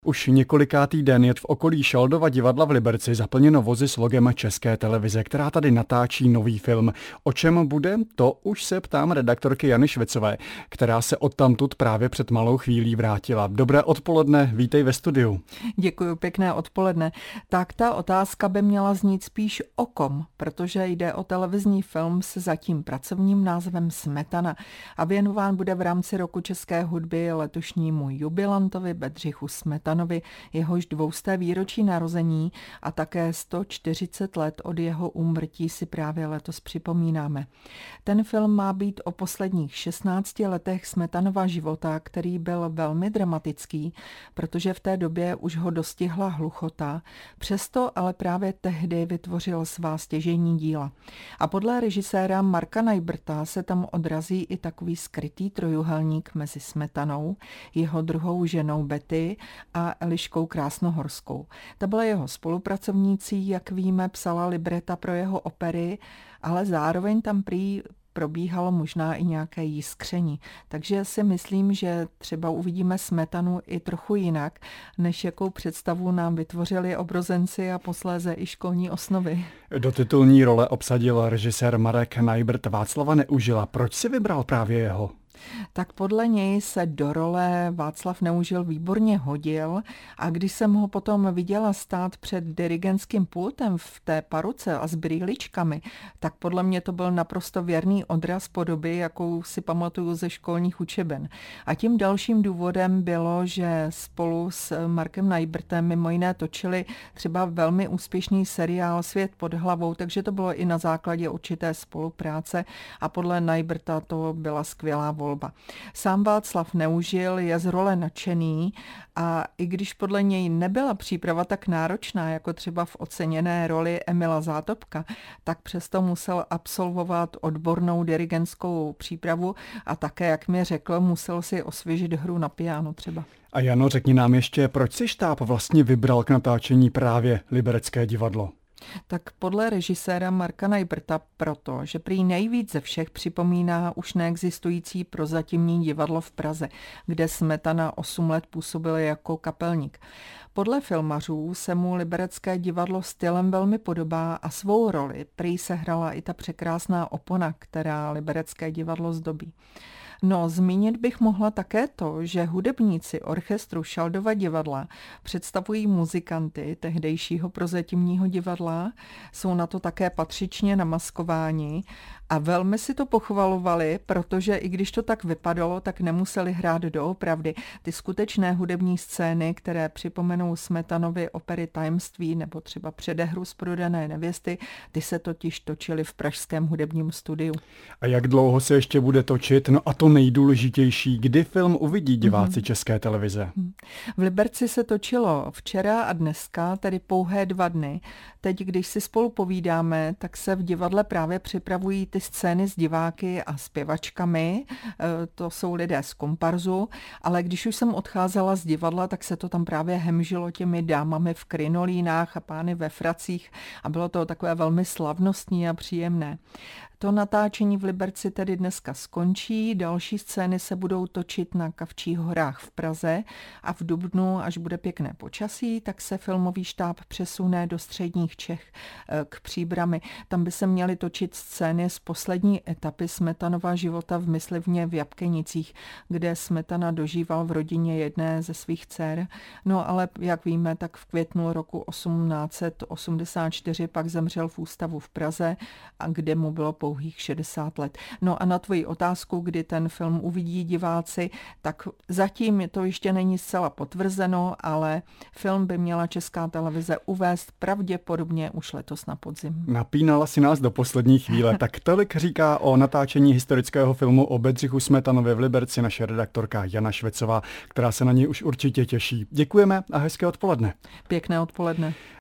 Už několikátý den je v okolí Šaldova divadla v Liberci zaplněno vozy s logem České televize, která tady natáčí nový film. O čem bude? To už se ptám redaktorky Jany Švecové, která se odtamtud právě před malou chvílí vrátila. Dobré odpoledne, vítej ve studiu. Děkuji, pěkné odpoledne. Tak ta otázka by měla znít spíš o kom, protože jde o televizní film se zatím pracovním názvem Smetana a věnován bude v rámci roku české hudby letošnímu jubilantovi Bedřichu Smetanovi, jehož 200. výročí narození a také 140 let od jeho úmrtí si právě letos připomínáme. Ten film má být o posledních 16 letech Smetanova života, který byl velmi dramatický, protože v té době už ho dostihla hluchota, přesto ale právě tehdy vytvořil svá stěžejní díla. A podle režiséra Marka Najbrta se tam odrazí i takový skrytý trojuhelník mezi Smetanou, jeho druhou ženou Betty a Eliškou Krásnohorskou. Ta byla jeho spolupracovnící, jak víme, psala libreta pro jeho opery, ale zároveň tam prý probíhalo možná i nějaké jiskření. Takže si myslím, že třeba uvidíme Smetanu i trochu jinak, než jakou představu nám vytvořili obrozenci a posléze i školní osnovy. Do titulní role obsadil režisér Marek Najbrt Václava Neužila. Proč si vybral právě jeho? Tak podle něj se do role Václav Neužil výborně hodil a když jsem ho potom viděla stát před dirigentským pultem v té paruce a s brýličkami, tak podle mě to byl naprosto věrný odraz podoby, jakou si pamatuju ze školních učeben. A tím dalším důvodem bylo, že spolu s Markem Najbrtem mimo jiné točili třeba velmi úspěšný seriál Svět pod hlavou, takže to bylo i na základě určité spolupráce a podle Najbrta to byla skvělá volba. Sám Václav Neužil je z role nadšený a i když podle něj nebyla příprava tak náročná, jako třeba v oceněné roli Emila Zátopka, tak přesto musel absolvovat odbornou dirigentskou přípravu a také, jak mi řekl, musel si osvěžit hru na piano třeba. A Jano, řekni nám ještě, proč si štáb vlastně vybral k natáčení právě Liberecké divadlo? Tak podle režiséra Marka Najbrta proto, že prý nejvíc ze všech připomíná už neexistující prozatímní divadlo v Praze, kde Smetana 8 let působil jako kapelník. Podle filmařů se mu Liberecké divadlo stylem velmi podobá a svou roli prý sehrála i ta překrásná opona, která Liberecké divadlo zdobí. No, zmínit bych mohla také to, že hudebníci orchestru Šaldova divadla představují muzikanty tehdejšího prozatímního divadla, jsou na to také patřičně namaskováni a velmi si to pochvalovali, protože i když to tak vypadalo, tak nemuseli hrát doopravdy. Ty skutečné hudební scény, které připomenou Smetanovi opery Tajemství nebo třeba Předehru z Prodané nevěsty, ty se totiž točily v pražském hudebním studiu. A jak dlouho se ještě bude točit? No a to nejdůležitější, kdy film uvidí diváci České televize? V Liberci se točilo včera a dneska, tedy pouhé 2 dny. Teď, když si spolu povídáme, tak se v divadle právě připravují ty scény s diváky a zpěvačkami, to jsou lidé z komparzu, ale když už jsem odcházela z divadla, tak se to tam právě hemžilo těmi dámami v krinolínách a pány ve fracích a bylo to takové velmi slavnostní a příjemné. To natáčení v Liberci tedy dneska skončí, další scény se budou točit na Kavčích horách v Praze a v dubnu, až bude pěkné počasí, tak se filmový štáb přesune do středních Čech k Příbrami. Tam by se měly točit scény z poslední etapy Smetanova života v Myslivně v Jabkenicích, kde Smetana dožíval v rodině jedné ze svých dcer. No ale jak víme, tak v květnu roku 1884 pak zemřel v ústavu v Praze, a kde mu bylo pouhých 60 let. No a na tvoji otázku, kdy ten film uvidí diváci, tak zatím to ještě není zcela potvrzeno, ale film by měla Česká televize uvést pravděpodobně už letos na podzim. Napínala si nás do poslední chvíle, tak tolik říká o natáčení historického filmu o Bedřichu Smetanovi v Liberci naše redaktorka Jana Švecová, která se na něj už určitě těší. Děkujeme a hezké odpoledne. Pěkné odpoledne.